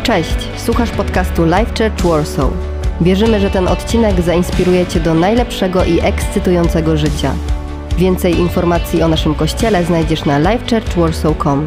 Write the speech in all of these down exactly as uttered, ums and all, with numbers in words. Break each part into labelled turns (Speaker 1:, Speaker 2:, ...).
Speaker 1: Cześć, słuchasz podcastu Life Church Warsaw. Wierzymy, że ten odcinek zainspiruje Cię do najlepszego i ekscytującego życia. Więcej informacji o naszym kościele znajdziesz na life church warsaw kropka com.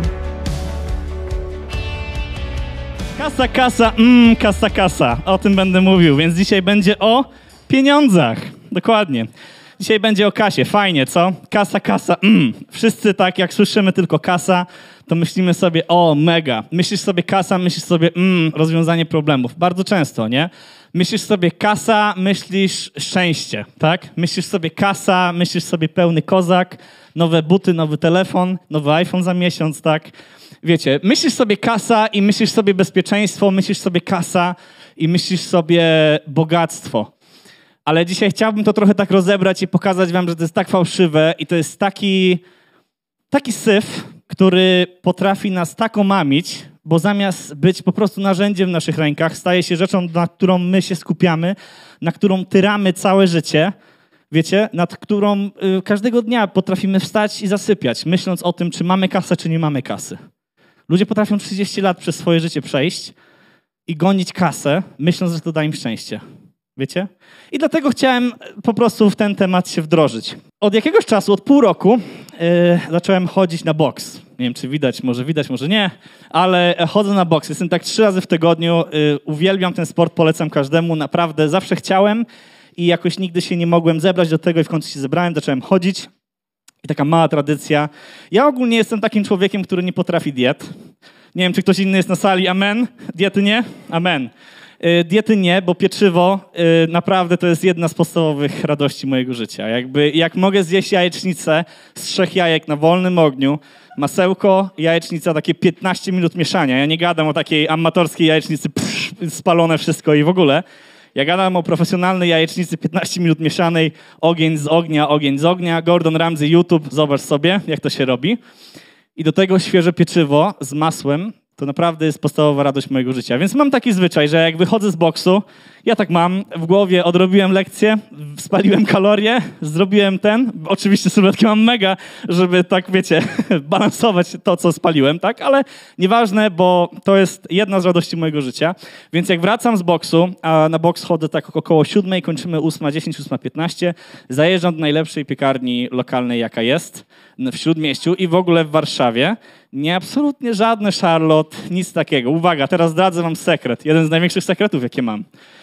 Speaker 2: Kasa, kasa, mmm, kasa, kasa. O tym będę mówił, więc dzisiaj będzie o pieniądzach. Dokładnie. Dzisiaj będzie o kasie. Fajnie, co? Kasa, kasa, mmm. Wszyscy tak, jak słyszymy tylko kasa, to myślimy sobie, o, mega. Myślisz sobie kasa, myślisz sobie, mmm, rozwiązanie problemów. Bardzo często, nie? Myślisz sobie kasa, myślisz szczęście, tak? Myślisz sobie kasa, myślisz sobie pełny kozak, nowe buty, nowy telefon, nowy iPhone za miesiąc, tak? Wiecie, myślisz sobie kasa i myślisz sobie bezpieczeństwo, myślisz sobie kasa i myślisz sobie bogactwo. Ale dzisiaj chciałbym to trochę tak rozebrać i pokazać wam, że to jest tak fałszywe i to jest taki, taki syf, który potrafi nas tak omamić, bo zamiast być po prostu narzędziem w naszych rękach, staje się rzeczą, na którą my się skupiamy, na którą tyramy całe życie, wiecie, nad którą y, każdego dnia potrafimy wstać i zasypiać, myśląc o tym, czy mamy kasę, czy nie mamy kasy. Ludzie potrafią trzydzieści lat przez swoje życie przejść i gonić kasę, myśląc, że to da im szczęście. Wiecie? I dlatego chciałem po prostu w ten temat się wdrożyć. Od jakiegoś czasu, od pół roku yy, zacząłem chodzić na boks. Nie wiem, czy widać, może widać, może nie, ale chodzę na boks. Jestem tak trzy razy w tygodniu. Yy, uwielbiam ten sport, polecam każdemu. Naprawdę zawsze chciałem i jakoś nigdy się nie mogłem zebrać do tego i w końcu się zebrałem, zacząłem chodzić. I taka mała tradycja. Ja ogólnie jestem takim człowiekiem, który nie potrafi diet. Nie wiem, czy ktoś inny jest na sali. Amen? Diety nie? Amen. Diety nie, bo pieczywo yy, naprawdę to jest jedna z podstawowych radości mojego życia. Jakby, jak mogę zjeść jajecznicę z trzech jajek na wolnym ogniu, masełko, jajecznica, takie piętnaście minut mieszania. Ja nie gadam o takiej amatorskiej jajecznicy, psz, spalone wszystko i w ogóle. Ja gadam o profesjonalnej jajecznicy, piętnaście minut mieszanej, ogień z ognia, ogień z ognia. Gordon Ramsay, YouTube, zobacz sobie, jak to się robi. I do tego świeże pieczywo z masłem. To naprawdę jest podstawowa radość mojego życia. Więc mam taki zwyczaj, że jak wychodzę z boksu, ja tak mam, w głowie odrobiłem lekcję, spaliłem kalorie, zrobiłem ten, oczywiście sylwetki mam mega, żeby tak, wiecie, balansować to, co spaliłem, tak? Ale nieważne, bo to jest jedna z radości mojego życia. Więc jak wracam z boksu, a na boks chodzę tak około siódmej, kończymy ósma dziesięć, ósma piętnaście, zajeżdżam do najlepszej piekarni lokalnej, jaka jest w Śródmieściu i w ogóle w Warszawie. Nie, absolutnie żadne Charlotte, nic takiego. Uwaga, teraz zdradzę wam sekret. Jeden z największych sekretów, jakie mam.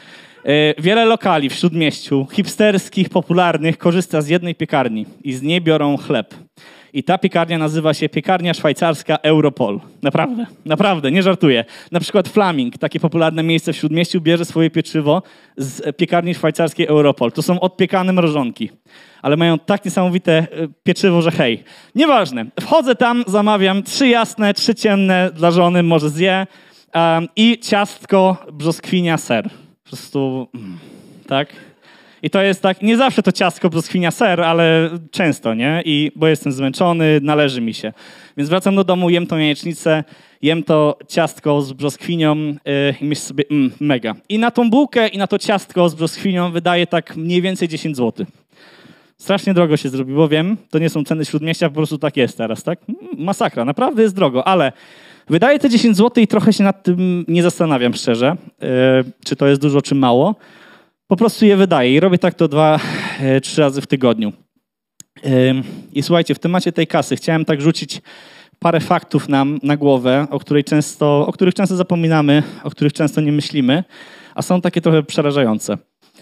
Speaker 2: Yy, wiele lokali w Śródmieściu, hipsterskich, popularnych, korzysta z jednej piekarni i z niej biorą chleb. I ta piekarnia nazywa się Piekarnia Szwajcarska Europol. Naprawdę, naprawdę, nie żartuję. Na przykład Flaming, takie popularne miejsce w Śródmieściu, bierze swoje pieczywo z piekarni szwajcarskiej Europol. To są odpiekane mrożonki. Ale mają tak niesamowite pieczywo, że hej. Nieważne. Wchodzę tam, zamawiam trzy jasne, trzy ciemne dla żony, może zje. Um, I ciastko, brzoskwinia, ser. Po prostu, mm, tak? I to jest tak, nie zawsze to ciastko, brzoskwinia, ser, ale często, nie? I bo jestem zmęczony, należy mi się. Więc wracam do domu, jem tą jajecznicę, jem to ciastko z brzoskwinią yy, i myślę sobie, mm, mega. I na tą bułkę i na to ciastko z brzoskwinią wydaję tak mniej więcej dziesięć złotych. Strasznie drogo się zrobiło, wiem, to nie są ceny Śródmieścia, po prostu tak jest teraz, tak? Masakra, naprawdę jest drogo, ale wydaję te dziesięć złotych i trochę się nad tym nie zastanawiam szczerze, yy, czy to jest dużo, czy mało. Po prostu je wydaję i robię tak to dwa, yy, trzy razy w tygodniu. Yy, I słuchajcie, w temacie tej kasy chciałem tak rzucić parę faktów nam na głowę, o, której często, o których często zapominamy, o których często nie myślimy, a są takie trochę przerażające.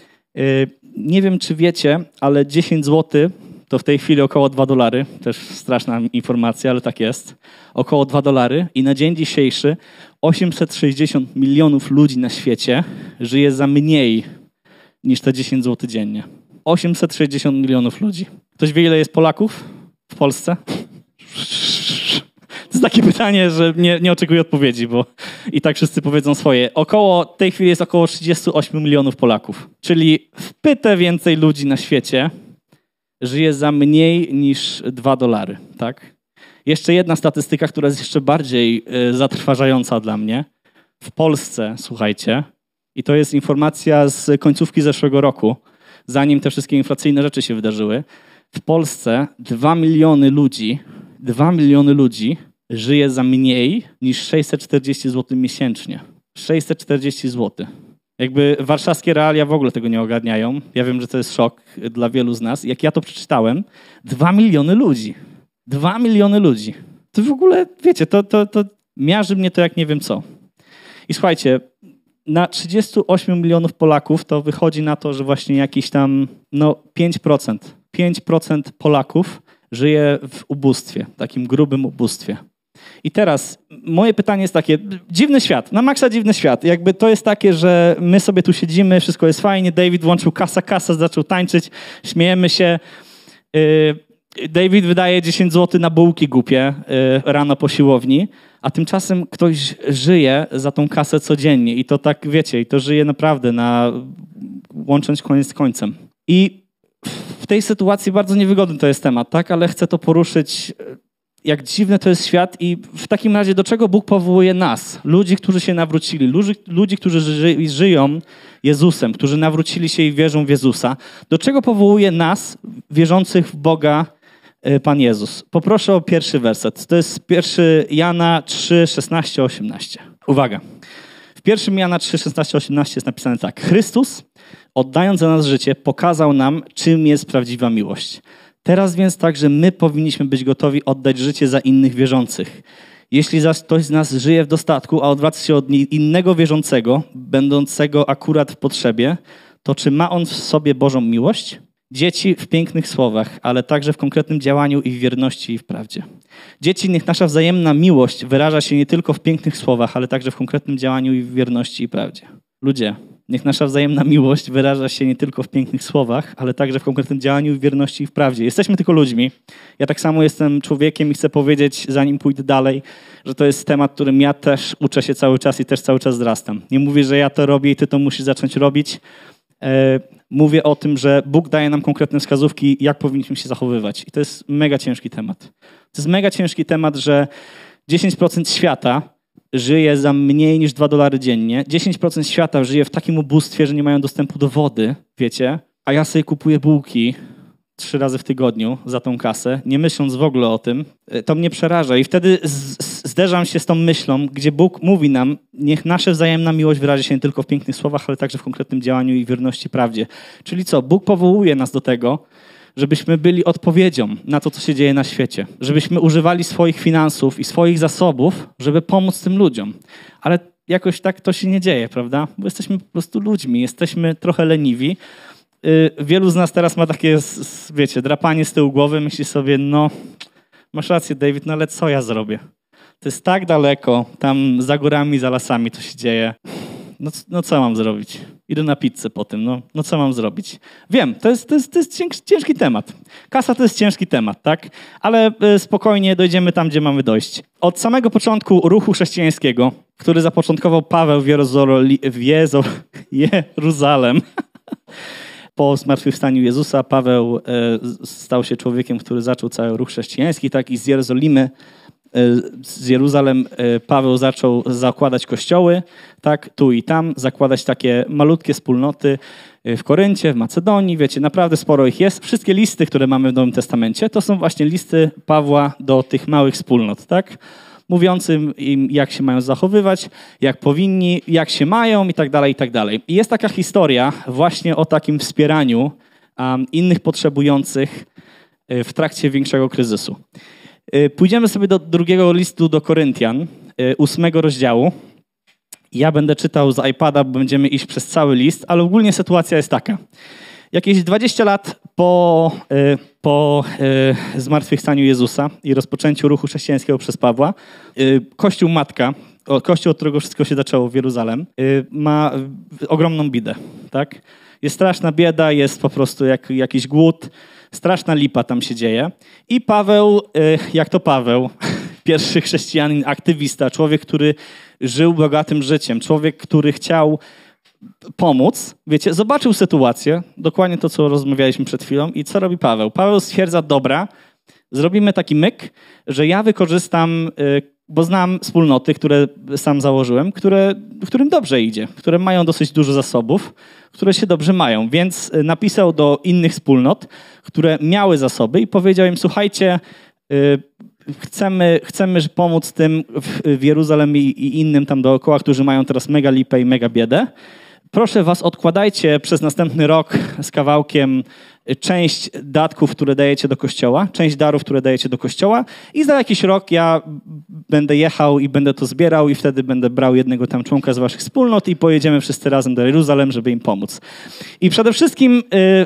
Speaker 2: Yy, nie wiem, czy wiecie, ale dziesięć złotych to w tej chwili około dwa dolary. Też straszna informacja, ale tak jest. Około dwa dolary i na dzień dzisiejszy osiemset sześćdziesiąt milionów ludzi na świecie żyje za mniej niż te dziesięć złotych dziennie. osiemset sześćdziesiąt milionów ludzi. Ktoś wie, ile jest Polaków w Polsce? To jest takie pytanie, że nie, nie oczekuję odpowiedzi, bo i tak wszyscy powiedzą swoje. Około, w tej chwili jest około trzydzieści osiem milionów Polaków. Czyli w pytę więcej ludzi na świecie żyje za mniej niż dwa dolary, tak? Jeszcze jedna statystyka, która jest jeszcze bardziej y, zatrważająca dla mnie. W Polsce, słuchajcie, i to jest informacja z końcówki zeszłego roku, zanim te wszystkie inflacyjne rzeczy się wydarzyły. W Polsce dwa miliony ludzi, dwa miliony ludzi żyje za mniej niż sześćset czterdzieści złotych miesięcznie. sześćset czterdzieści złotych. Jakby warszawskie realia w ogóle tego nie ogarniają. Ja wiem, że to jest szok dla wielu z nas. Jak ja to przeczytałem, dwa miliony ludzi. Dwa miliony ludzi. To w ogóle, wiecie, to, to, to miarzy mnie to jak nie wiem co. I słuchajcie, na trzydziestu ośmiu milionów Polaków to wychodzi na to, że właśnie jakieś tam no pięć procent. pięć procent Polaków żyje w ubóstwie, takim grubym ubóstwie. I teraz moje pytanie jest takie, dziwny świat, na maksa dziwny świat. Jakby to jest takie, że my sobie tu siedzimy, wszystko jest fajnie, David włączył kasa, kasa, zaczął tańczyć, śmiejemy się. David wydaje dziesięć złotych na bułki głupie rano po siłowni, a tymczasem ktoś żyje za tą kasę codziennie i to tak, wiecie, i to żyje naprawdę na łącząc koniec z końcem. I w tej sytuacji bardzo niewygodny to jest temat, tak? Ale chcę to poruszyć, jak dziwny to jest świat i w takim razie do czego Bóg powołuje nas? Ludzi, którzy się nawrócili, ludzi, ludzi którzy ży, żyją Jezusem, którzy nawrócili się i wierzą w Jezusa. Do czego powołuje nas, wierzących w Boga, Pan Jezus? Poproszę o pierwszy werset. To jest pierwszy Jana trzy, szesnaście, osiemnaście. Uwaga. W pierwszym Jana trzy, szesnaście, osiemnaście jest napisane tak. Chrystus, oddając za nas życie, pokazał nam, czym jest prawdziwa miłość. Teraz więc także my powinniśmy być gotowi oddać życie za innych wierzących. Jeśli zaś ktoś z nas żyje w dostatku, a odwraca się od innego wierzącego, będącego akurat w potrzebie, to czy ma on w sobie Bożą miłość? Dzieci w pięknych słowach, ale także w konkretnym działaniu i w wierności i w prawdzie. Dzieci, niech nasza wzajemna miłość wyraża się nie tylko w pięknych słowach, ale także w konkretnym działaniu i w wierności i prawdzie. Ludzie, niech nasza wzajemna miłość wyraża się nie tylko w pięknych słowach, ale także w konkretnym działaniu, w wierności i w prawdzie. Jesteśmy tylko ludźmi. Ja tak samo jestem człowiekiem i chcę powiedzieć, zanim pójdę dalej, że to jest temat, którym ja też uczę się cały czas i też cały czas wzrastam. Nie mówię, że ja to robię i ty to musisz zacząć robić. Mówię o tym, że Bóg daje nam konkretne wskazówki, jak powinniśmy się zachowywać. I to jest mega ciężki temat. To jest mega ciężki temat, że dziesięć procent świata żyje za mniej niż dwa dolary dziennie. dziesięć procent świata żyje w takim ubóstwie, że nie mają dostępu do wody, wiecie? A ja sobie kupuję bułki trzy razy w tygodniu za tą kasę, nie myśląc w ogóle o tym. To mnie przeraża i wtedy zderzam się z tą myślą, gdzie Bóg mówi nam, niech nasza wzajemna miłość wyrazi się nie tylko w pięknych słowach, ale także w konkretnym działaniu i wierności prawdzie. Czyli co? Bóg powołuje nas do tego, żebyśmy byli odpowiedzią na to, co się dzieje na świecie. Żebyśmy używali swoich finansów i swoich zasobów, żeby pomóc tym ludziom. Ale jakoś tak to się nie dzieje, prawda? Bo jesteśmy po prostu ludźmi, jesteśmy trochę leniwi. Wielu z nas teraz ma takie, wiecie, drapanie z tyłu głowy, myśli sobie, no masz rację, David, no ale co ja zrobię? To jest tak daleko, tam za górami, za lasami to się dzieje. No, no co mam zrobić? Idę na pizzę po tym, no, no co mam zrobić? Wiem, to jest, to jest, to jest ciężki, ciężki temat. Kasa to jest ciężki temat, tak? Ale spokojnie dojdziemy tam, gdzie mamy dojść. Od samego początku ruchu chrześcijańskiego, który zapoczątkował Paweł w, Jerozoli, w Jezo, Jeruzalem, po zmartwychwstaniu Jezusa Paweł stał się człowiekiem, który zaczął cały ruch chrześcijański, tak? I z Jerozolimy, z Jeruzalem Paweł zaczął zakładać kościoły, tak? Tu i tam, zakładać takie malutkie wspólnoty w Koryncie, w Macedonii, wiecie, naprawdę sporo ich jest. Wszystkie listy, które mamy w Nowym Testamencie, to są właśnie listy Pawła do tych małych wspólnot, tak? Mówiącym im, jak się mają zachowywać, jak powinni, jak się mają i tak dalej, i tak dalej. I jest taka historia właśnie o takim wspieraniu um, innych potrzebujących w trakcie większego kryzysu. Pójdziemy sobie do drugiego listu do Koryntian, ósmego rozdziału. Ja będę czytał z iPada, bo będziemy iść przez cały list, ale ogólnie sytuacja jest taka. Jakieś dwadzieścia lat po, po zmartwychwstaniu Jezusa i rozpoczęciu ruchu chrześcijańskiego przez Pawła, Kościół Matka, kościół, od którego wszystko się zaczęło w Jeruzalem, ma ogromną biedę. Tak? Jest straszna bieda, jest po prostu jak, jakiś głód, straszna lipa tam się dzieje. I Paweł, jak to Paweł, pierwszy chrześcijanin, aktywista, człowiek, który żył bogatym życiem, człowiek, który chciał pomóc, wiecie, zobaczył sytuację, dokładnie to, co rozmawialiśmy przed chwilą i co robi Paweł? Paweł stwierdza, dobra, zrobimy taki myk, że ja wykorzystam, bo znam wspólnoty, które sam założyłem, które, którym dobrze idzie, które mają dosyć dużo zasobów, które się dobrze mają, więc napisał do innych wspólnot, które miały zasoby i powiedział im, słuchajcie, chcemy, chcemy pomóc tym w, w Jeruzalemie i innym tam dookoła, którzy mają teraz mega lipę i mega biedę. Proszę was, odkładajcie przez następny rok z kawałkiem część datków, które dajecie do kościoła, część darów, które dajecie do kościoła i za jakiś rok ja będę jechał i będę to zbierał i wtedy będę brał jednego tam członka z waszych wspólnot i pojedziemy wszyscy razem do Jeruzalem, żeby im pomóc. I przede wszystkim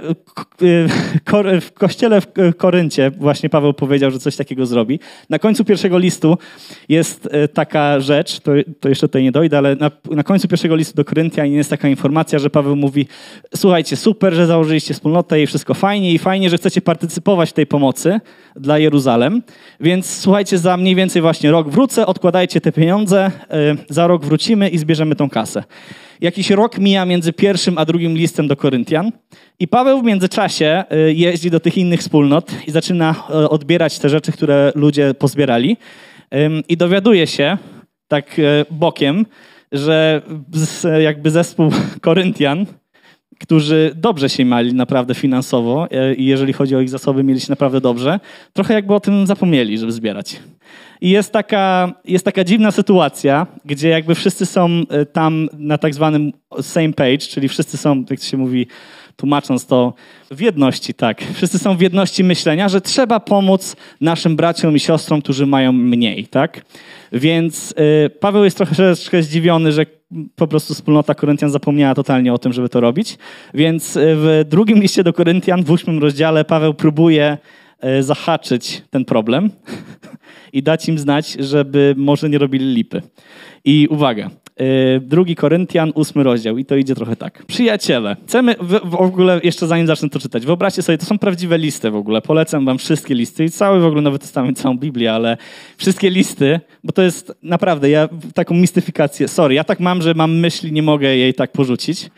Speaker 2: w kościele w Koryncie właśnie Paweł powiedział, że coś takiego zrobi. Na końcu pierwszego listu jest taka rzecz, to, to jeszcze tutaj nie dojdę, ale na, na końcu pierwszego listu do Koryntian jest taka informacja, że Paweł mówi: słuchajcie, super, że założyliście wspólnotę i wszystko fajnie i fajnie, że chcecie partycypować w tej pomocy dla Jeruzalem, więc słuchajcie, za mniej więcej właśnie rok wrócę, odkładajcie te pieniądze, za rok wrócimy i zbierzemy tą kasę. Jakiś rok mija między pierwszym a drugim listem do Koryntian i Paweł w międzyczasie jeździ do tych innych wspólnot i zaczyna odbierać te rzeczy, które ludzie pozbierali i dowiaduje się tak bokiem, że jakby zespół Koryntian, którzy dobrze się mieli naprawdę finansowo i jeżeli chodzi o ich zasoby, mieli się naprawdę dobrze, trochę jakby o tym zapomnieli, żeby zbierać. I jest taka, jest taka dziwna sytuacja, gdzie jakby wszyscy są tam na tak zwanym same page, czyli wszyscy są, jak to się mówi, tłumacząc to, w jedności, tak. Wszyscy są w jedności myślenia, że trzeba pomóc naszym braciom i siostrom, którzy mają mniej, tak? Więc y, Paweł jest trochę, troszkę zdziwiony, że po prostu wspólnota Koryntian zapomniała totalnie o tym, żeby to robić. Więc w drugim liście do Koryntian, w ósmym rozdziale, Paweł próbuje y, zahaczyć ten problem i dać im znać, żeby może nie robili lipy. I uwaga, drugi Koryntian, ósmy rozdział i to idzie trochę tak. Przyjaciele, chcemy w, w ogóle, jeszcze zanim zacznę to czytać, wyobraźcie sobie, to są prawdziwe listy w ogóle, polecam wam wszystkie listy i cały w ogóle Nowy Testament, całą Biblię, ale wszystkie listy, bo to jest naprawdę, ja taką mistyfikację, sorry, ja tak mam, że mam myśli, nie mogę jej tak porzucić.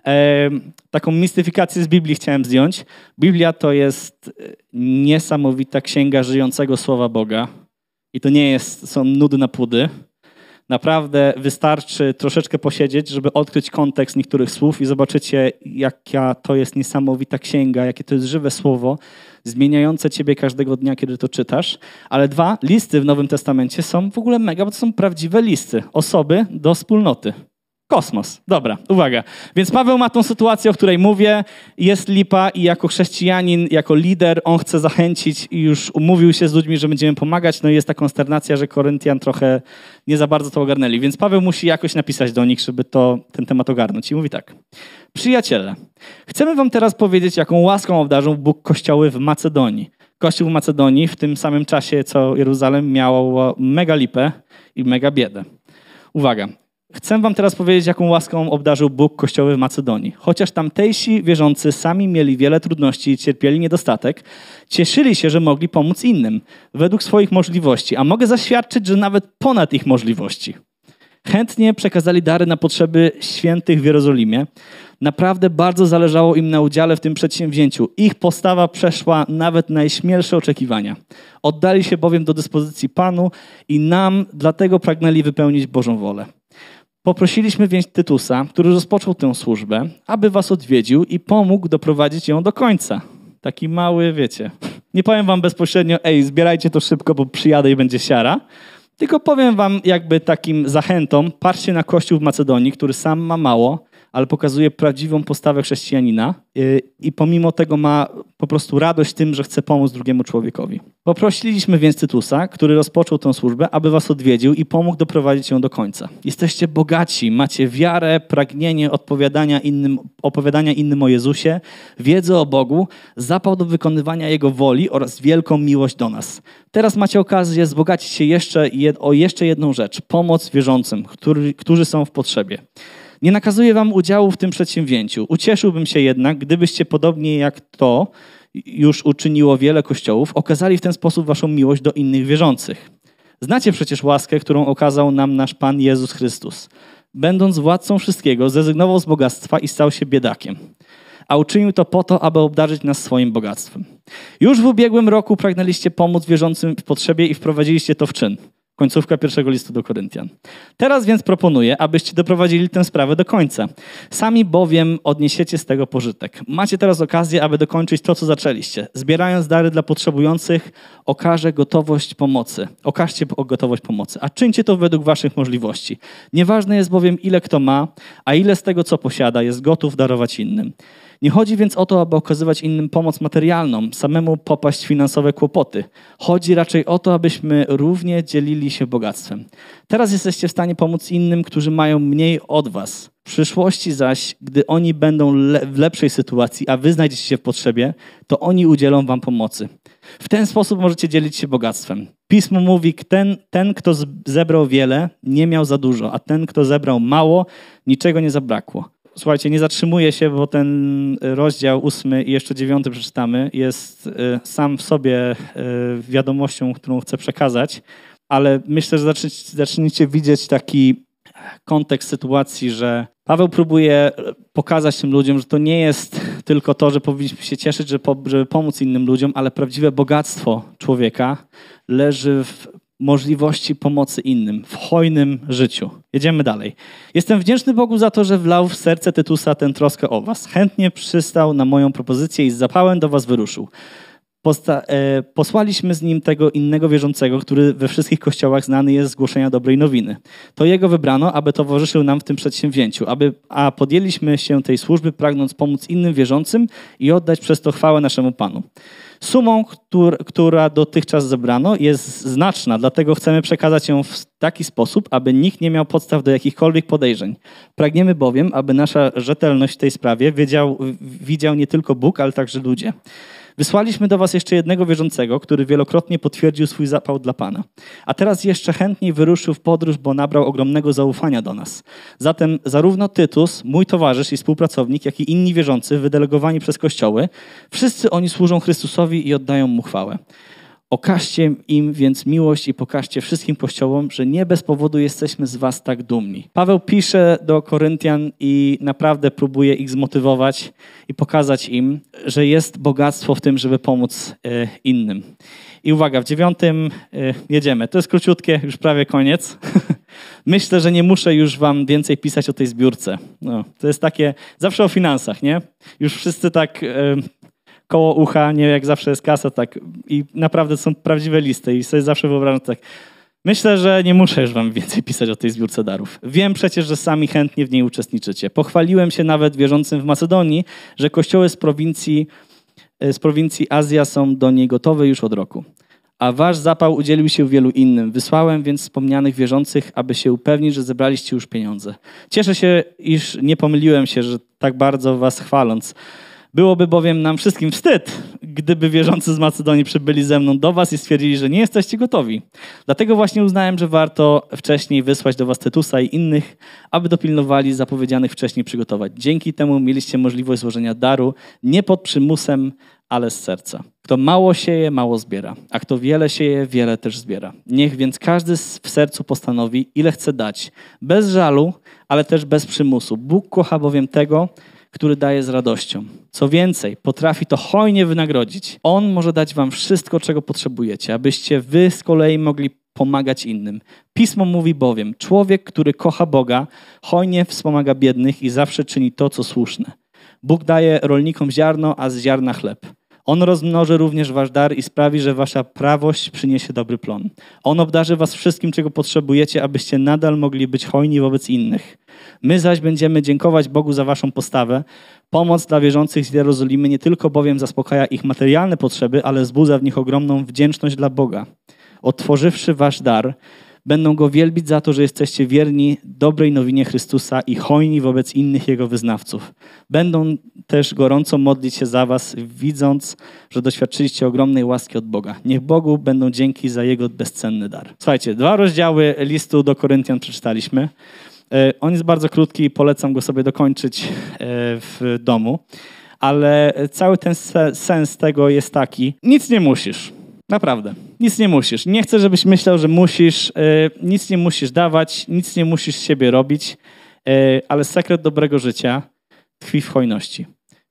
Speaker 2: E, taką mistyfikację z Biblii chciałem zdjąć. Biblia to jest niesamowita księga żyjącego Słowa Boga i to nie jest, są nudy na pudy. Naprawdę wystarczy troszeczkę posiedzieć, żeby odkryć kontekst niektórych słów i zobaczycie, jaka to jest niesamowita księga, jakie to jest żywe słowo, zmieniające ciebie każdego dnia, kiedy to czytasz. Ale dwa, listy w Nowym Testamencie są w ogóle mega, bo to są prawdziwe listy. Osoby do wspólnoty. Kosmos. Dobra, uwaga. Więc Paweł ma tą sytuację, o której mówię, jest lipa i jako chrześcijanin, jako lider, on chce zachęcić i już umówił się z ludźmi, że będziemy pomagać, no i jest ta konsternacja, że Koryntian trochę nie za bardzo to ogarnęli. Więc Paweł musi jakoś napisać do nich, żeby to, ten temat ogarnąć. I mówi tak. Przyjaciele, chcemy wam teraz powiedzieć, jaką łaską obdarzył Bóg kościoły w Macedonii. Kościół w Macedonii w tym samym czasie, co Jeruzalem, miało mega lipę i mega biedę. Uwaga. Chcę wam teraz powiedzieć, jaką łaską obdarzył Bóg kościoły w Macedonii. Chociaż tamtejsi wierzący sami mieli wiele trudności i cierpieli niedostatek, cieszyli się, że mogli pomóc innym według swoich możliwości, a mogę zaświadczyć, że nawet ponad ich możliwości. Chętnie przekazali dary na potrzeby świętych w Jerozolimie. Naprawdę bardzo zależało im na udziale w tym przedsięwzięciu. Ich postawa przeszła nawet najśmielsze oczekiwania. Oddali się bowiem do dyspozycji Panu i nam dlatego pragnęli wypełnić Bożą wolę. Poprosiliśmy więc Tytusa, który rozpoczął tę służbę, aby was odwiedził i pomógł doprowadzić ją do końca. Taki mały, wiecie. Nie powiem wam bezpośrednio, ej, zbierajcie to szybko, bo przyjadę i będzie siara. Tylko powiem wam jakby takim zachętom, patrzcie na Kościół w Macedonii, który sam ma mało, ale pokazuje prawdziwą postawę chrześcijanina i pomimo tego ma po prostu radość tym, że chce pomóc drugiemu człowiekowi. Poprosiliśmy więc Tytusa, który rozpoczął tę służbę, aby was odwiedził i pomógł doprowadzić ją do końca. Jesteście bogaci, macie wiarę, pragnienie odpowiadania innym, opowiadania innym o Jezusie, wiedzę o Bogu, zapał do wykonywania Jego woli oraz wielką miłość do nas. Teraz macie okazję wzbogacić się jeszcze o jeszcze jedną rzecz, pomoc wierzącym, który, którzy są w potrzebie. Nie nakazuję wam udziału w tym przedsięwzięciu. Ucieszyłbym się jednak, gdybyście podobnie jak to już uczyniło wiele kościołów, okazali w ten sposób waszą miłość do innych wierzących. Znacie przecież łaskę, którą okazał nam nasz Pan Jezus Chrystus. Będąc władcą wszystkiego, zrezygnował z bogactwa i stał się biedakiem. A uczynił to po to, aby obdarzyć nas swoim bogactwem. Już w ubiegłym roku pragnęliście pomóc wierzącym w potrzebie i wprowadziliście to w czyn. Końcówka pierwszego listu do Koryntian. Teraz więc proponuję, abyście doprowadzili tę sprawę do końca. Sami bowiem odniesiecie z tego pożytek. Macie teraz okazję, aby dokończyć to, co zaczęliście. Zbierając dary dla potrzebujących, okaże gotowość pomocy. Okażcie gotowość pomocy, a czyńcie to według waszych możliwości. Nieważne jest bowiem, ile kto ma, a ile z tego, co posiada, jest gotów darować innym. Nie chodzi więc o to, aby okazywać innym pomoc materialną, samemu popaść w finansowe kłopoty. Chodzi raczej o to, abyśmy równie dzielili się bogactwem. Teraz jesteście w stanie pomóc innym, którzy mają mniej od was. W przyszłości zaś, gdy oni będą le- w lepszej sytuacji, a wy znajdziecie się w potrzebie, to oni udzielą wam pomocy. W ten sposób możecie dzielić się bogactwem. Pismo mówi, ten, ten kto zebrał wiele, nie miał za dużo, a ten, kto zebrał mało, niczego nie zabrakło. Słuchajcie, nie zatrzymuję się, bo ten rozdział ósmy i jeszcze dziewiąty przeczytamy jest sam w sobie wiadomością, którą chcę przekazać, ale myślę, że zaczniecie widzieć taki kontekst sytuacji, że Paweł próbuje pokazać tym ludziom, że to nie jest tylko to, że powinniśmy się cieszyć, żeby pomóc innym ludziom, ale prawdziwe bogactwo człowieka leży w możliwości pomocy innym, w hojnym życiu. Jedziemy dalej. Jestem wdzięczny Bogu za to, że wlał w serce Tytusa tę troskę o was. Chętnie przystał na moją propozycję i z zapałem do was wyruszył. Posta- e, posłaliśmy z nim tego innego wierzącego, który we wszystkich kościołach znany jest z głoszenia dobrej nowiny. To jego wybrano, aby towarzyszył nam w tym przedsięwzięciu, aby, a podjęliśmy się tej służby, pragnąc pomóc innym wierzącym i oddać przez to chwałę naszemu Panu. Sumą, któr, która dotychczas zebrano, jest znaczna, dlatego chcemy przekazać ją w taki sposób, aby nikt nie miał podstaw do jakichkolwiek podejrzeń. Pragniemy bowiem, aby nasza rzetelność w tej sprawie wiedział, widział nie tylko Bóg, ale także ludzie. Wysłaliśmy do was jeszcze jednego wierzącego, który wielokrotnie potwierdził swój zapał dla Pana. A teraz jeszcze chętniej wyruszył w podróż, bo nabrał ogromnego zaufania do nas. Zatem zarówno Tytus, mój towarzysz i współpracownik, jak i inni wierzący wydelegowani przez kościoły, wszyscy oni służą Chrystusowi i oddają Mu chwałę. Okażcie im więc miłość i pokażcie wszystkim kościołom, że nie bez powodu jesteśmy z was tak dumni. Paweł pisze do Koryntian i naprawdę próbuje ich zmotywować i pokazać im, że jest bogactwo w tym, żeby pomóc y, innym. I uwaga, w dziewiątym y, jedziemy. To jest króciutkie, już prawie koniec. Myślę, że nie muszę już wam więcej pisać o tej zbiórce. No, to jest takie, zawsze o finansach, nie? Już wszyscy tak... Y, koło ucha, nie jak zawsze jest kasa, tak i naprawdę są prawdziwe listy i sobie zawsze wyobrażam tak. Myślę, że nie muszę już wam więcej pisać o tej zbiórce darów. Wiem przecież, że sami chętnie w niej uczestniczycie. Pochwaliłem się nawet wierzącym w Macedonii, że kościoły z prowincji, z prowincji Azja są do niej gotowe już od roku. A wasz zapał udzielił się wielu innym. Wysłałem więc wspomnianych wierzących, aby się upewnić, że zebraliście już pieniądze. Cieszę się, iż nie pomyliłem się, że tak bardzo was chwaląc. Byłoby bowiem nam wszystkim wstyd, gdyby wierzący z Macedonii przybyli ze mną do was i stwierdzili, że nie jesteście gotowi. Dlatego właśnie uznałem, że warto wcześniej wysłać do was Tytusa i innych, aby dopilnowali zapowiedzianych wcześniej przygotować. Dzięki temu mieliście możliwość złożenia daru nie pod przymusem, ale z serca. Kto mało sieje, mało zbiera, a kto wiele sieje, wiele też zbiera. Niech więc każdy w sercu postanowi, ile chce dać. Bez żalu, ale też bez przymusu. Bóg kocha bowiem tego, który daje z radością. Co więcej, potrafi to hojnie wynagrodzić. On może dać wam wszystko, czego potrzebujecie, abyście wy z kolei mogli pomagać innym. Pismo mówi bowiem, człowiek, który kocha Boga, hojnie wspomaga biednych i zawsze czyni to, co słuszne. Bóg daje rolnikom ziarno, a z ziarna chleb. On rozmnoży również wasz dar i sprawi, że wasza prawość przyniesie dobry plon. On obdarzy was wszystkim, czego potrzebujecie, abyście nadal mogli być hojni wobec innych. My zaś będziemy dziękować Bogu za waszą postawę. Pomoc dla wierzących z Jerozolimy nie tylko bowiem zaspokaja ich materialne potrzeby, ale wzbudza w nich ogromną wdzięczność dla Boga. Otworzywszy wasz dar, będą Go wielbić za to, że jesteście wierni dobrej nowinie Chrystusa i hojni wobec innych Jego wyznawców. Będą też gorąco modlić się za was, widząc, że doświadczyliście ogromnej łaski od Boga. Niech Bogu będą dzięki za Jego bezcenny dar. Słuchajcie, dwa rozdziały listu do Koryntian przeczytaliśmy. On jest bardzo krótki i polecam go sobie dokończyć w domu. Ale cały ten sens tego jest taki, nic nie musisz. Naprawdę. Nic nie musisz. Nie chcę, żebyś myślał, że musisz, yy, nic nie musisz dawać, nic nie musisz z siebie robić, yy, ale sekret dobrego życia tkwi w hojności.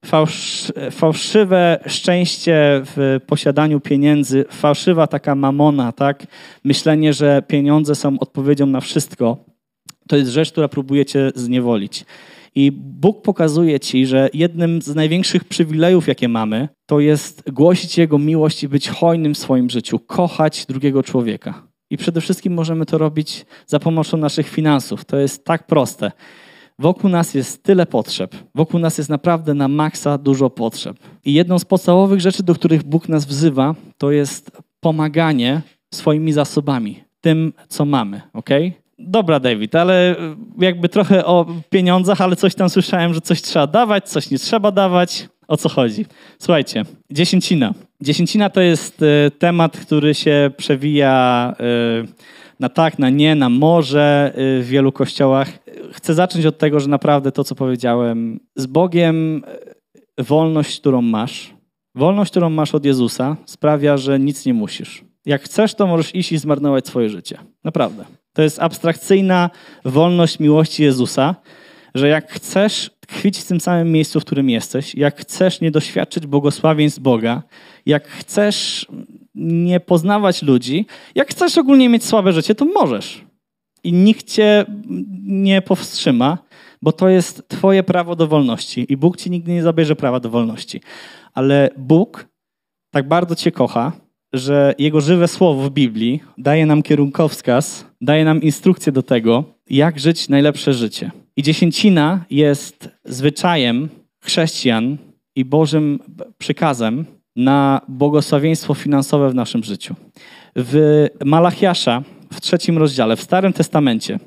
Speaker 2: fałsz, fałszywe szczęście w posiadaniu pieniędzy, fałszywa taka mamona, tak? Myślenie, że pieniądze są odpowiedzią na wszystko, to jest rzecz, która próbuje cię zniewolić. I Bóg pokazuje ci, że jednym z największych przywilejów, jakie mamy, to jest głosić Jego miłość i być hojnym w swoim życiu, kochać drugiego człowieka. I przede wszystkim możemy to robić za pomocą naszych finansów. To jest tak proste. Wokół nas jest tyle potrzeb. Wokół nas jest naprawdę na maksa dużo potrzeb. I jedną z podstawowych rzeczy, do których Bóg nas wzywa, to jest pomaganie swoimi zasobami, tym, co mamy, okej? Dobra, David, ale jakby trochę o pieniądzach, ale coś tam słyszałem, że coś trzeba dawać, coś nie trzeba dawać. O co chodzi? Słuchajcie, dziesięcina. Dziesięcina to jest y, temat, który się przewija y, na tak, na nie, na może y, w wielu kościołach. Chcę zacząć od tego, że naprawdę to, co powiedziałem, z Bogiem y, wolność, którą masz, wolność, którą masz od Jezusa, sprawia, że nic nie musisz. Jak chcesz, to możesz iść i zmarnować swoje życie. Naprawdę. To jest abstrakcyjna wolność miłości Jezusa, że jak chcesz tkwić w tym samym miejscu, w którym jesteś, jak chcesz nie doświadczyć błogosławieństw Boga, jak chcesz nie poznawać ludzi, jak chcesz ogólnie mieć słabe życie, to możesz. I nikt cię nie powstrzyma, bo to jest twoje prawo do wolności i Bóg ci nigdy nie zabierze prawa do wolności. Ale Bóg tak bardzo cię kocha, że Jego żywe słowo w Biblii daje nam kierunkowskaz, daje nam instrukcję do tego, jak żyć najlepsze życie. I dziesięcina jest zwyczajem chrześcijan i Bożym przykazem na błogosławieństwo finansowe w naszym życiu. W Malachiasza, w trzecim rozdziale, w Starym Testamencie,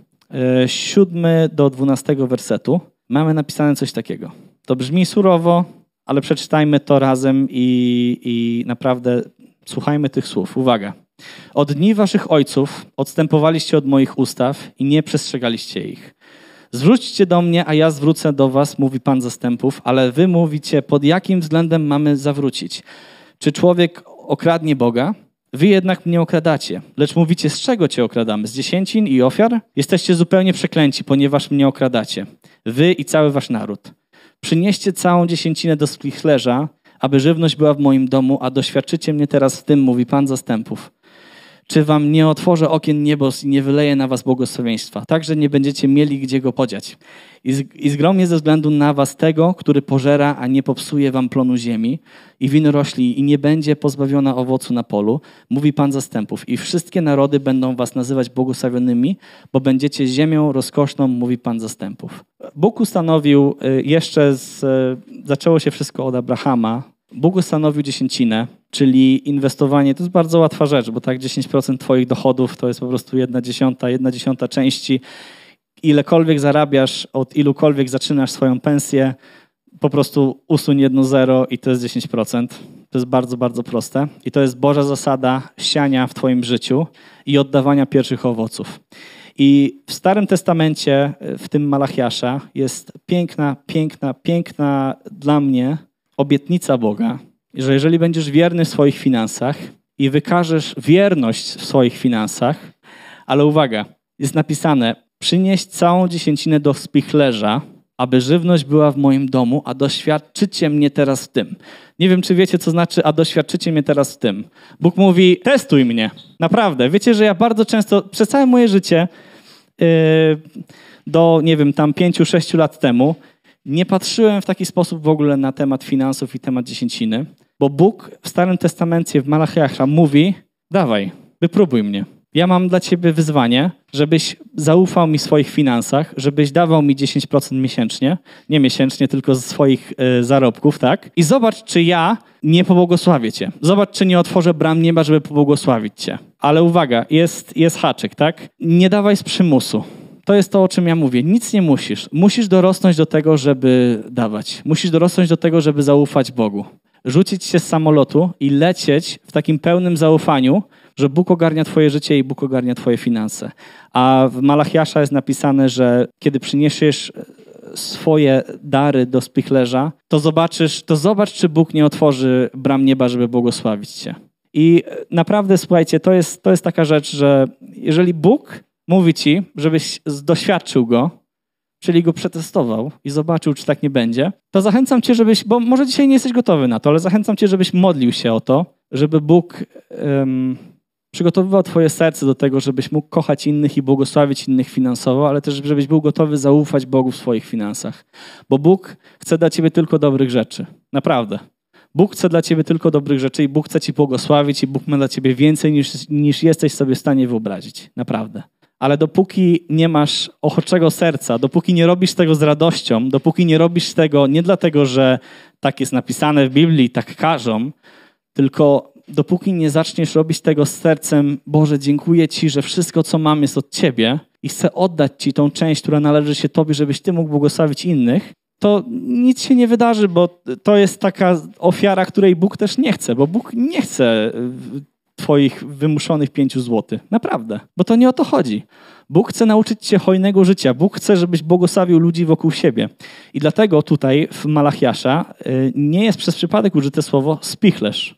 Speaker 2: siódmy do dwunastego wersetu, mamy napisane coś takiego. To brzmi surowo, ale przeczytajmy to razem i, i naprawdę słuchajmy tych słów. Uwaga. Od dni waszych ojców odstępowaliście od moich ustaw i nie przestrzegaliście ich. Zwróćcie do mnie, a ja zwrócę do was, mówi Pan zastępów, ale wy mówicie, pod jakim względem mamy zawrócić? Czy człowiek okradnie Boga? Wy jednak mnie okradacie. Lecz mówicie, z czego cię okradamy? Z dziesięcin i ofiar? Jesteście zupełnie przeklęci, ponieważ mnie okradacie. Wy i cały wasz naród. Przynieście całą dziesięcinę do spichlerza, aby żywność była w moim domu, a doświadczycie mnie teraz w tym, mówi Pan zastępów. Czy wam nie otworzę okien niebos i nie wyleję na was błogosławieństwa, tak, że nie będziecie mieli gdzie go podziać. I, z, i zgromię ze względu na was tego, który pożera, a nie popsuje wam plonu ziemi i winorośli i nie będzie pozbawiona owocu na polu, mówi Pan zastępów. I wszystkie narody będą was nazywać błogosławionymi, bo będziecie ziemią rozkoszną, mówi Pan zastępów. Bóg ustanowił jeszcze, z, zaczęło się wszystko od Abrahama, Bóg ustanowił dziesięcinę, czyli inwestowanie, to jest bardzo łatwa rzecz, bo tak dziesięć procent twoich dochodów to jest po prostu jedna dziesiąta, jedna dziesiąta części. Ilekolwiek zarabiasz, od ilukolwiek zaczynasz swoją pensję, po prostu usuń jedno zero i to jest dziesięć procent. To jest bardzo, bardzo proste. I to jest Boża zasada siania w twoim życiu i oddawania pierwszych owoców. I w Starym Testamencie, w tym Malachiasza, jest piękna, piękna, piękna dla mnie obietnica Boga, że jeżeli będziesz wierny w swoich finansach i wykażesz wierność w swoich finansach, ale uwaga, jest napisane, przynieś całą dziesięcinę do spichlerza, aby żywność była w moim domu, a doświadczycie mnie teraz w tym. Nie wiem, czy wiecie, co znaczy, a doświadczycie mnie teraz w tym. Bóg mówi, testuj mnie. Naprawdę. Wiecie, że ja bardzo często, przez całe moje życie, yy, do, nie wiem, tam pięciu, sześciu lat temu, nie patrzyłem w taki sposób w ogóle na temat finansów i temat dziesięciny, bo Bóg w Starym Testamencie, w Malachiasza mówi, dawaj, wypróbuj mnie. Ja mam dla ciebie wyzwanie, żebyś zaufał mi w swoich finansach, żebyś dawał mi dziesięć procent miesięcznie, nie miesięcznie, tylko ze swoich y, zarobków, tak? I zobacz, czy ja nie pobłogosławię cię. Zobacz, czy nie otworzę bram nieba, żeby pobłogosławić cię. Ale uwaga, jest, jest haczyk, tak? Nie dawaj z przymusu. To jest to, o czym ja mówię. Nic nie musisz. Musisz dorosnąć do tego, żeby dawać. Musisz dorosnąć do tego, żeby zaufać Bogu. Rzucić się z samolotu i lecieć w takim pełnym zaufaniu, że Bóg ogarnia twoje życie i Bóg ogarnia twoje finanse. A w Malachiasza jest napisane, że kiedy przyniesiesz swoje dary do spichlerza, to zobaczysz, to zobacz, czy Bóg nie otworzy bram nieba, żeby błogosławić cię. I naprawdę, słuchajcie, to jest, to jest taka rzecz, że jeżeli Bóg mówi ci, żebyś doświadczył Go, czyli go przetestował i zobaczył, czy tak nie będzie, to zachęcam cię, żebyś, bo może dzisiaj nie jesteś gotowy na to, ale zachęcam cię, żebyś modlił się o to, żeby Bóg um, przygotowywał twoje serce do tego, żebyś mógł kochać innych i błogosławić innych finansowo, ale też żebyś był gotowy zaufać Bogu w swoich finansach. Bo Bóg chce dla ciebie tylko dobrych rzeczy. Naprawdę. Bóg chce dla ciebie tylko dobrych rzeczy i Bóg chce ci błogosławić i Bóg ma dla ciebie więcej niż, niż jesteś sobie w stanie wyobrazić. Naprawdę. Ale dopóki nie masz ochoczego serca, dopóki nie robisz tego z radością, dopóki nie robisz tego nie dlatego, że tak jest napisane w Biblii, tak każą, tylko dopóki nie zaczniesz robić tego z sercem, Boże, dziękuję Ci, że wszystko, co mam, jest od Ciebie i chcę oddać Ci tą część, która należy się Tobie, żebyś Ty mógł błogosławić innych, to nic się nie wydarzy, bo to jest taka ofiara, której Bóg też nie chce, bo Bóg nie chce Twoich wymuszonych pięciu złotych. Naprawdę. Bo to nie o to chodzi. Bóg chce nauczyć cię hojnego życia. Bóg chce, żebyś błogosławił ludzi wokół siebie. I dlatego tutaj w Malachiasza nie jest przez przypadek użyte słowo spichlerz.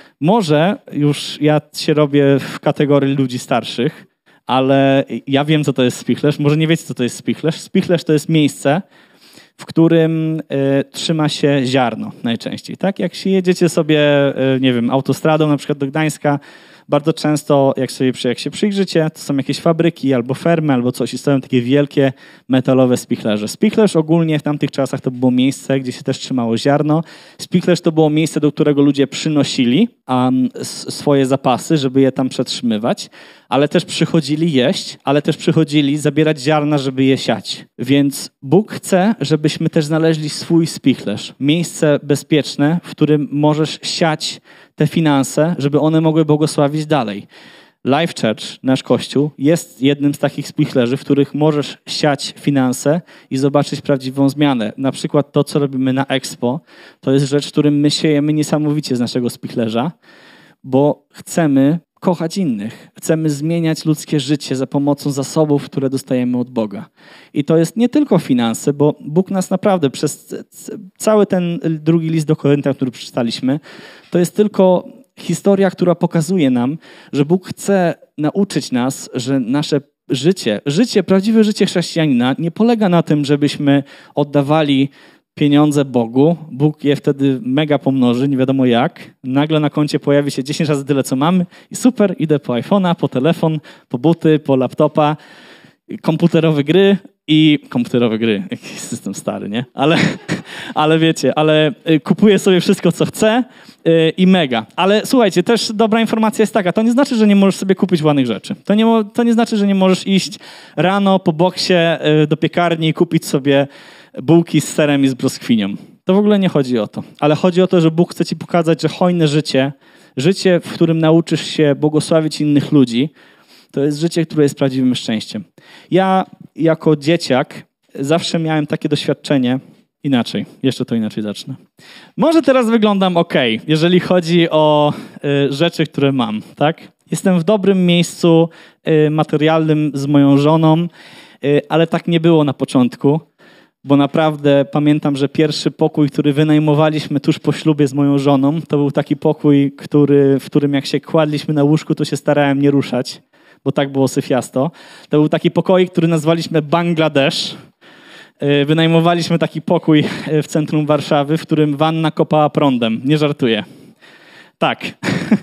Speaker 2: Może już ja się robię w kategorii ludzi starszych, ale ja wiem, co to jest spichlerz. Może nie wiecie, co to jest spichlerz. Spichlerz to jest miejsce, w którym y, trzyma się ziarno najczęściej. Tak? Jak się jedziecie sobie, y, nie wiem, autostradą na przykład do Gdańska, bardzo często, jak sobie jak się przyjrzycie, to są jakieś fabryki albo fermy, albo coś i stoją takie wielkie metalowe spichlerze. Spichlerz ogólnie w tamtych czasach to było miejsce, gdzie się też trzymało ziarno. Spichlerz to było miejsce, do którego ludzie przynosili um, swoje zapasy, żeby je tam przetrzymywać, ale też przychodzili jeść, ale też przychodzili zabierać ziarna, żeby je siać. Więc Bóg chce, żebyśmy też znaleźli swój spichlerz. Miejsce bezpieczne, w którym możesz siać te finanse, żeby one mogły błogosławić dalej. Life Church, nasz Kościół, jest jednym z takich spichlerzy, w których możesz siać finanse i zobaczyć prawdziwą zmianę. Na przykład to, co robimy na Expo, to jest rzecz, którym my siejemy niesamowicie z naszego spichlerza, bo chcemy kochać innych. Chcemy zmieniać ludzkie życie za pomocą zasobów, które dostajemy od Boga. I to jest nie tylko finanse, bo Bóg nas naprawdę przez cały ten drugi list do Koryntian, który przeczytaliśmy, to jest tylko historia, która pokazuje nam, że Bóg chce nauczyć nas, że nasze życie, życie, prawdziwe życie chrześcijanina nie polega na tym, żebyśmy oddawali pieniądze Bogu, Bóg je wtedy mega pomnoży, nie wiadomo jak. Nagle na koncie pojawi się dziesięć razy tyle, co mamy i super, idę po iPhone'a, po telefon, po buty, po laptopa, komputerowe gry i komputerowe gry. Jakiś system stary, nie? Ale, ale wiecie, ale kupuję sobie wszystko, co chcę i mega. Ale słuchajcie, też dobra informacja jest taka, to nie znaczy, że nie możesz sobie kupić ładnych rzeczy. To nie, to nie znaczy, że nie możesz iść rano po boksie do piekarni i kupić sobie bułki z serem i z brzoskwinią. To w ogóle nie chodzi o to. Ale chodzi o to, że Bóg chce ci pokazać, że hojne życie, życie, w którym nauczysz się błogosławić innych ludzi, to jest życie, które jest prawdziwym szczęściem. Ja jako dzieciak zawsze miałem takie doświadczenie, inaczej, jeszcze to inaczej zacznę. Może teraz wyglądam ok, jeżeli chodzi o y, rzeczy, które mam, tak? Jestem w dobrym miejscu y, materialnym z moją żoną, y, ale tak nie było na początku. Bo naprawdę pamiętam, że pierwszy pokój, który wynajmowaliśmy tuż po ślubie z moją żoną, to był taki pokój, który, w którym jak się kładliśmy na łóżku, to się starałem nie ruszać, bo tak było syfiasto. To był taki pokój, który nazwaliśmy Bangladesz. Wynajmowaliśmy taki pokój w centrum Warszawy, w którym wanna kopała prądem. Nie żartuję. Tak.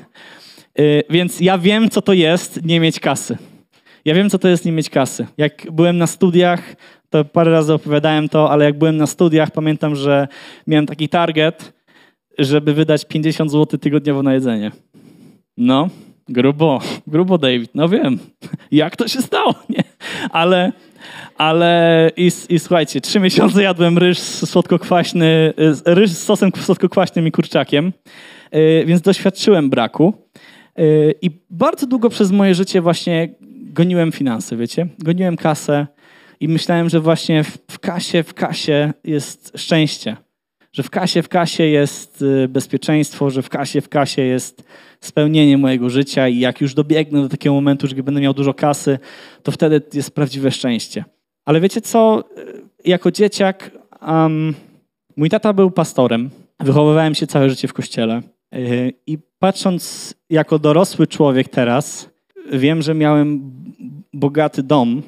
Speaker 2: Więc ja wiem, co to jest nie mieć kasy. Ja wiem, co to jest nie mieć kasy. Jak byłem na studiach, to parę razy opowiadałem to, ale jak byłem na studiach, pamiętam, że miałem taki target, żeby wydać pięćdziesiąt złotych tygodniowo na jedzenie. No, grubo, grubo David, no wiem, jak to się stało, nie? Ale, ale i, i słuchajcie, trzy miesiące jadłem ryż słodko-kwaśny, ryż z sosem słodko-kwaśnym i kurczakiem, więc doświadczyłem braku i bardzo długo przez moje życie właśnie goniłem finanse, wiecie, goniłem kasę. I myślałem, że właśnie w kasie, w kasie jest szczęście. Że w kasie, w kasie jest bezpieczeństwo, że w kasie, w kasie jest spełnienie mojego życia i jak już dobiegnę do takiego momentu, że będę miał dużo kasy, to wtedy jest prawdziwe szczęście. Ale wiecie co? Jako dzieciak um, mój tata był pastorem. Wychowywałem się całe życie w kościele. Yy, I patrząc jako dorosły człowiek teraz, wiem, że miałem bogaty dom,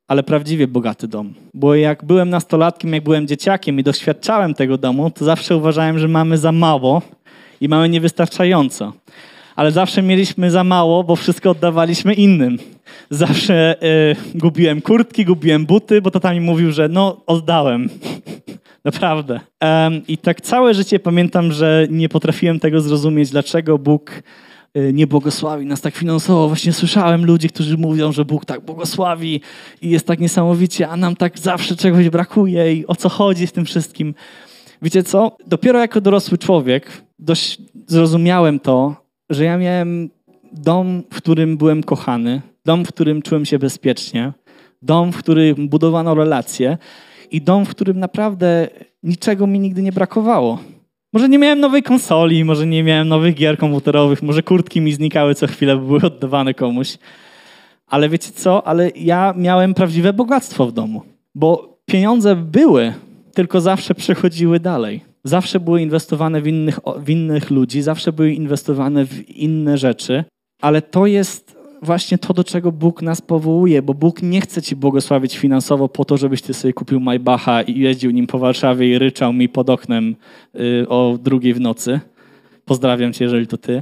Speaker 2: ale prawdziwie bogaty dom. Bo jak byłem nastolatkiem, jak byłem dzieciakiem i doświadczałem tego domu, to zawsze uważałem, że mamy za mało i mamy niewystarczająco. Ale zawsze mieliśmy za mało, bo wszystko oddawaliśmy innym. Zawsze y, gubiłem kurtki, gubiłem buty, bo tata mi mówił, że no oddałem. Naprawdę. Um, I tak całe życie pamiętam, że nie potrafiłem tego zrozumieć, dlaczego Bóg y, nie błogosławi nas tak finansowo. Właśnie słyszałem ludzi, którzy mówią, że Bóg tak błogosławi i jest tak niesamowicie, a nam tak zawsze czegoś brakuje i o co chodzi z tym wszystkim. Wiecie co? Dopiero jako dorosły człowiek dość zrozumiałem to, że ja miałem dom, w którym byłem kochany, dom, w którym czułem się bezpiecznie, dom, w którym budowano relacje i dom, w którym naprawdę niczego mi nigdy nie brakowało. Może nie miałem nowej konsoli, może nie miałem nowych gier komputerowych, może kurtki mi znikały co chwilę, bo były oddawane komuś. Ale wiecie co? Ale ja miałem prawdziwe bogactwo w domu, bo pieniądze były, tylko zawsze przechodziły dalej. Zawsze były inwestowane w innych, w innych ludzi, zawsze były inwestowane w inne rzeczy, ale to jest właśnie to, do czego Bóg nas powołuje, bo Bóg nie chce ci błogosławić finansowo po to, żebyś ty sobie kupił Maybacha i jeździł nim po Warszawie i ryczał mi pod oknem y, o drugiej w nocy. Pozdrawiam cię, jeżeli to ty.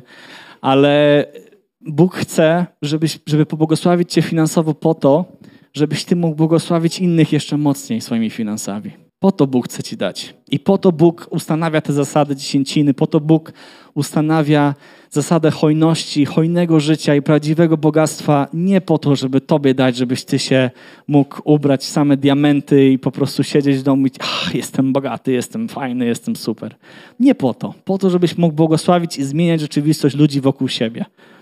Speaker 2: Ale Bóg chce, żebyś, żeby pobłogosławić cię finansowo po to, żebyś ty mógł błogosławić innych jeszcze mocniej swoimi finansami. Po to Bóg chce ci dać. I po to Bóg ustanawia te zasady dziesięciny, po to Bóg ustanawia zasadę hojności, hojnego życia i prawdziwego bogactwa nie po to, żeby tobie dać, żebyś ty się mógł ubrać w same diamenty i po prostu siedzieć w domu i ach, jestem bogaty, jestem fajny, jestem super. Nie po to. Po to, żebyś mógł błogosławić i zmieniać rzeczywistość ludzi wokół siebie.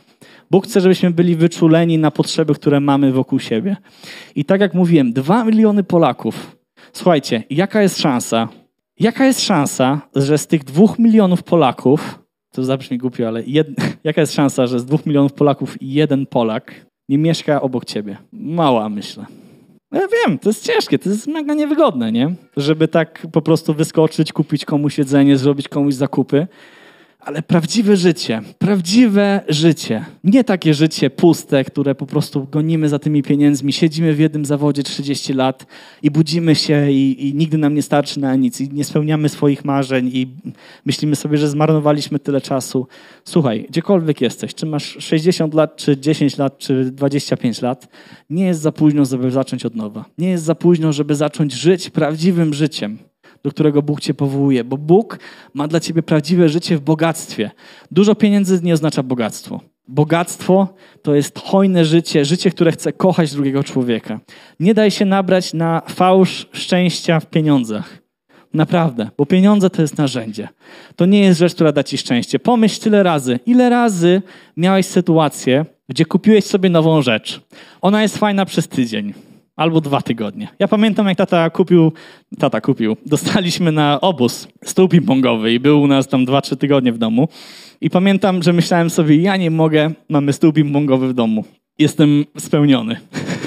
Speaker 2: Bóg chce, żebyśmy byli wyczuleni na potrzeby, które mamy wokół siebie. I tak jak mówiłem, dwa miliony Polaków. Słuchajcie, jaka jest szansa? Jaka jest szansa, że z tych dwóch milionów Polaków, to zabrzmi głupio, ale jed... jaka jest szansa, że z dwóch milionów Polaków jeden Polak nie mieszka obok ciebie? Mała, myślę. Ja wiem, to jest ciężkie, to jest mega niewygodne, nie? Żeby tak po prostu wyskoczyć, kupić komuś jedzenie, zrobić komuś zakupy. Ale prawdziwe życie, prawdziwe życie, nie takie życie puste, które po prostu gonimy za tymi pieniędzmi, siedzimy w jednym zawodzie trzydzieści lat i budzimy się i, i nigdy nam nie starczy na nic i nie spełniamy swoich marzeń i myślimy sobie, że zmarnowaliśmy tyle czasu. Słuchaj, gdziekolwiek jesteś, czy masz sześćdziesiąt lat, czy dziesięć lat, czy dwadzieścia pięć lat, nie jest za późno, żeby zacząć od nowa. Nie jest za późno, żeby zacząć żyć prawdziwym życiem, do którego Bóg cię powołuje, bo Bóg ma dla ciebie prawdziwe życie w bogactwie. Dużo pieniędzy nie oznacza bogactwo. Bogactwo to jest hojne życie, życie, które chce kochać drugiego człowieka. Nie daj się nabrać na fałsz szczęścia w pieniądzach. Naprawdę, bo pieniądze to jest narzędzie. To nie jest rzecz, która da ci szczęście. Pomyśl tyle razy, ile razy miałeś sytuację, gdzie kupiłeś sobie nową rzecz. Ona jest fajna przez tydzień. Albo dwa tygodnie. Ja pamiętam, jak tata kupił, tata kupił, dostaliśmy na obóz stół ping-pongowy i był u nas tam dwa, trzy tygodnie w domu. I pamiętam, że myślałem sobie, ja nie mogę, mamy stół ping-pongowy w domu. Jestem spełniony,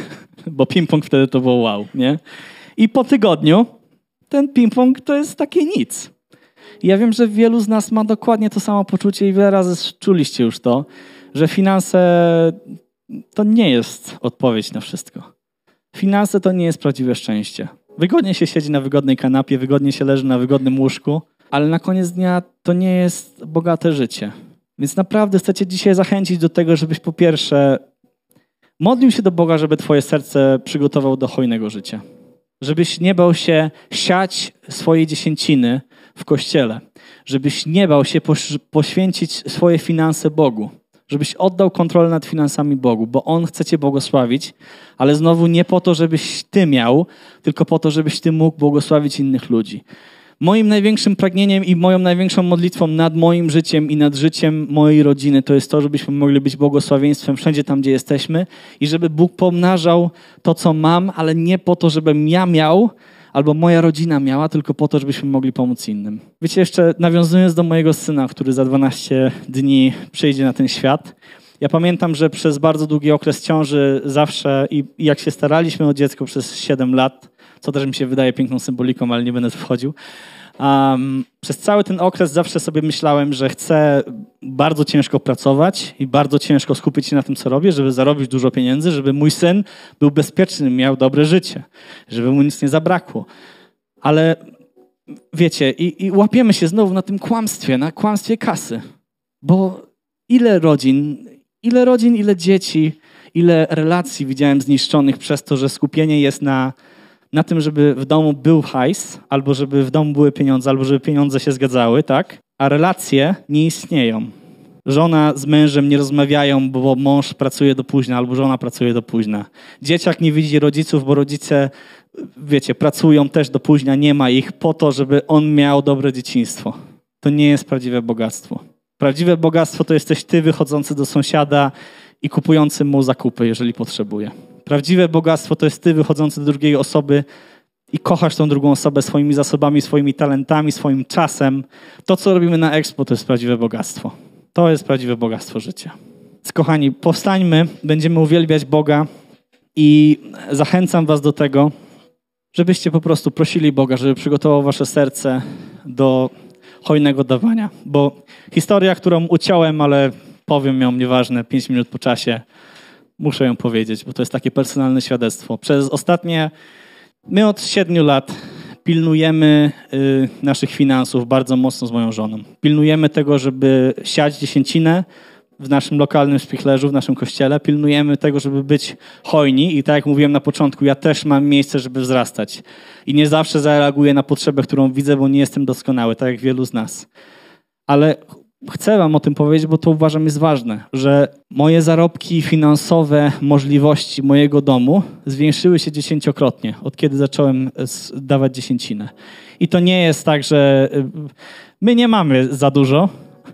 Speaker 2: bo ping-pong wtedy to było wow, nie? I po tygodniu ten ping-pong to jest takie nic. I ja wiem, że wielu z nas ma dokładnie to samo poczucie i wiele razy czuliście już to, że finanse to nie jest odpowiedź na wszystko. Finanse to nie jest prawdziwe szczęście. Wygodnie się siedzi na wygodnej kanapie, wygodnie się leży na wygodnym łóżku, ale na koniec dnia to nie jest bogate życie. Więc naprawdę chcę cię dzisiaj zachęcić do tego, żebyś po pierwsze modlił się do Boga, żeby twoje serce przygotował do hojnego życia. Żebyś nie bał się siać swojej dziesięciny w kościele. Żebyś nie bał się poświęcić swoje finanse Bogu. Żebyś oddał kontrolę nad finansami Bogu, bo On chce cię błogosławić, ale znowu nie po to, żebyś ty miał, tylko po to, żebyś ty mógł błogosławić innych ludzi. Moim największym pragnieniem i moją największą modlitwą nad moim życiem i nad życiem mojej rodziny to jest to, żebyśmy mogli być błogosławieństwem wszędzie tam, gdzie jesteśmy i żeby Bóg pomnażał to, co mam, ale nie po to, żebym ja miał, albo moja rodzina miała, tylko po to, żebyśmy mogli pomóc innym. Wiecie, jeszcze nawiązując do mojego syna, który za dwanaście dni przyjdzie na ten świat, ja pamiętam, że przez bardzo długi okres ciąży zawsze i jak się staraliśmy o dziecko przez siedem lat, co też mi się wydaje piękną symboliką, ale nie będę tu wchodził. Um, przez cały ten okres zawsze sobie myślałem, że chcę bardzo ciężko pracować i bardzo ciężko skupić się na tym, co robię, żeby zarobić dużo pieniędzy, żeby mój syn był bezpieczny, miał dobre życie, żeby mu nic nie zabrakło. Ale wiecie, i, i łapiemy się znowu na tym kłamstwie, na kłamstwie kasy. Bo ile rodzin, ile rodzin, ile dzieci, ile relacji widziałem zniszczonych przez to, że skupienie jest na, na tym, żeby w domu był hajs, albo żeby w domu były pieniądze, albo żeby pieniądze się zgadzały, tak? A relacje nie istnieją. Żona z mężem nie rozmawiają, bo mąż pracuje do późna, albo żona pracuje do późna. Dzieciak nie widzi rodziców, bo rodzice, wiecie, pracują też do późna, nie ma ich po to, żeby on miał dobre dzieciństwo. To nie jest prawdziwe bogactwo. Prawdziwe bogactwo to jesteś ty wychodzący do sąsiada i kupujący mu zakupy, jeżeli potrzebuje. Prawdziwe bogactwo to jest ty wychodzący do drugiej osoby i kochasz tą drugą osobę swoimi zasobami, swoimi talentami, swoim czasem. To, co robimy na Expo, to jest prawdziwe bogactwo. To jest prawdziwe bogactwo życia. Więc kochani, powstańmy, będziemy uwielbiać Boga i zachęcam was do tego, żebyście po prostu prosili Boga, żeby przygotował wasze serce do hojnego dawania. Bo historia, którą uciąłem, ale powiem ją, nieważne, pięć minut po czasie, muszę ją powiedzieć, bo to jest takie personalne świadectwo. Przez ostatnie, my od siedmiu lat pilnujemy y, naszych finansów bardzo mocno z moją żoną. Pilnujemy tego, żeby siać dziesięcinę w naszym lokalnym spichlerzu, w naszym kościele. Pilnujemy tego, żeby być hojni i tak jak mówiłem na początku, ja też mam miejsce, żeby wzrastać. I nie zawsze zareaguję na potrzebę, którą widzę, bo nie jestem doskonały, tak jak wielu z nas. Ale chcę wam o tym powiedzieć, bo to uważam jest ważne, że moje zarobki finansowe, możliwości mojego domu zwiększyły się dziesięciokrotnie, od kiedy zacząłem dawać dziesięcinę. I to nie jest tak, że my nie mamy za dużo,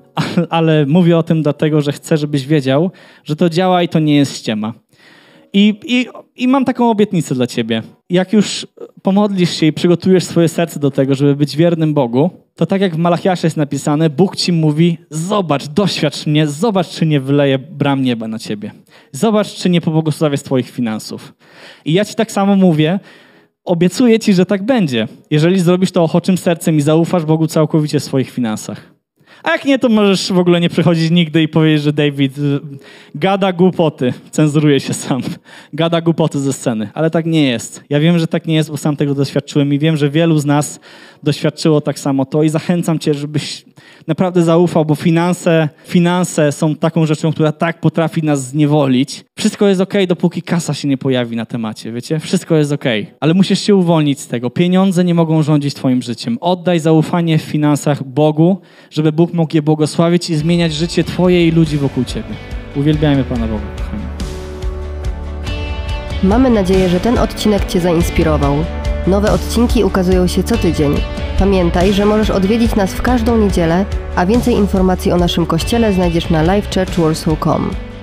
Speaker 2: ale mówię o tym dlatego, że chcę, żebyś wiedział, że to działa i to nie jest ściema. I, i, I mam taką obietnicę dla ciebie. Jak już pomodlisz się i przygotujesz swoje serce do tego, żeby być wiernym Bogu, to tak jak w Malachiaszu jest napisane, Bóg ci mówi, zobacz, doświadcz mnie, zobacz, czy nie wyleje bram nieba na ciebie. Zobacz, czy nie pobłogosławię z twoich finansów. I ja ci tak samo mówię, obiecuję ci, że tak będzie, jeżeli zrobisz to ochoczym sercem i zaufasz Bogu całkowicie w swoich finansach. A jak nie, to możesz w ogóle nie przychodzić nigdy i powiedzieć, że David gada głupoty. Cenzuruje się sam. Gada głupoty ze sceny. Ale tak nie jest. Ja wiem, że tak nie jest, bo sam tego doświadczyłem i wiem, że wielu z nas doświadczyło tak samo to i zachęcam cię, żebyś naprawdę zaufał, bo finanse, finanse są taką rzeczą, która tak potrafi nas zniewolić. Wszystko jest okej, dopóki kasa się nie pojawi na temacie, wiecie? Wszystko jest okej, ale musisz się uwolnić z tego. Pieniądze nie mogą rządzić twoim życiem. Oddaj zaufanie w finansach Bogu, żeby Bóg mógł je błogosławić i zmieniać życie twoje i ludzi wokół ciebie. Uwielbiajmy Pana Boga, kochani.
Speaker 1: Mamy nadzieję, że ten odcinek cię zainspirował. Nowe odcinki ukazują się co tydzień. Pamiętaj, że możesz odwiedzić nas w każdą niedzielę, a więcej informacji o naszym kościele znajdziesz na live church warsaw kropka com.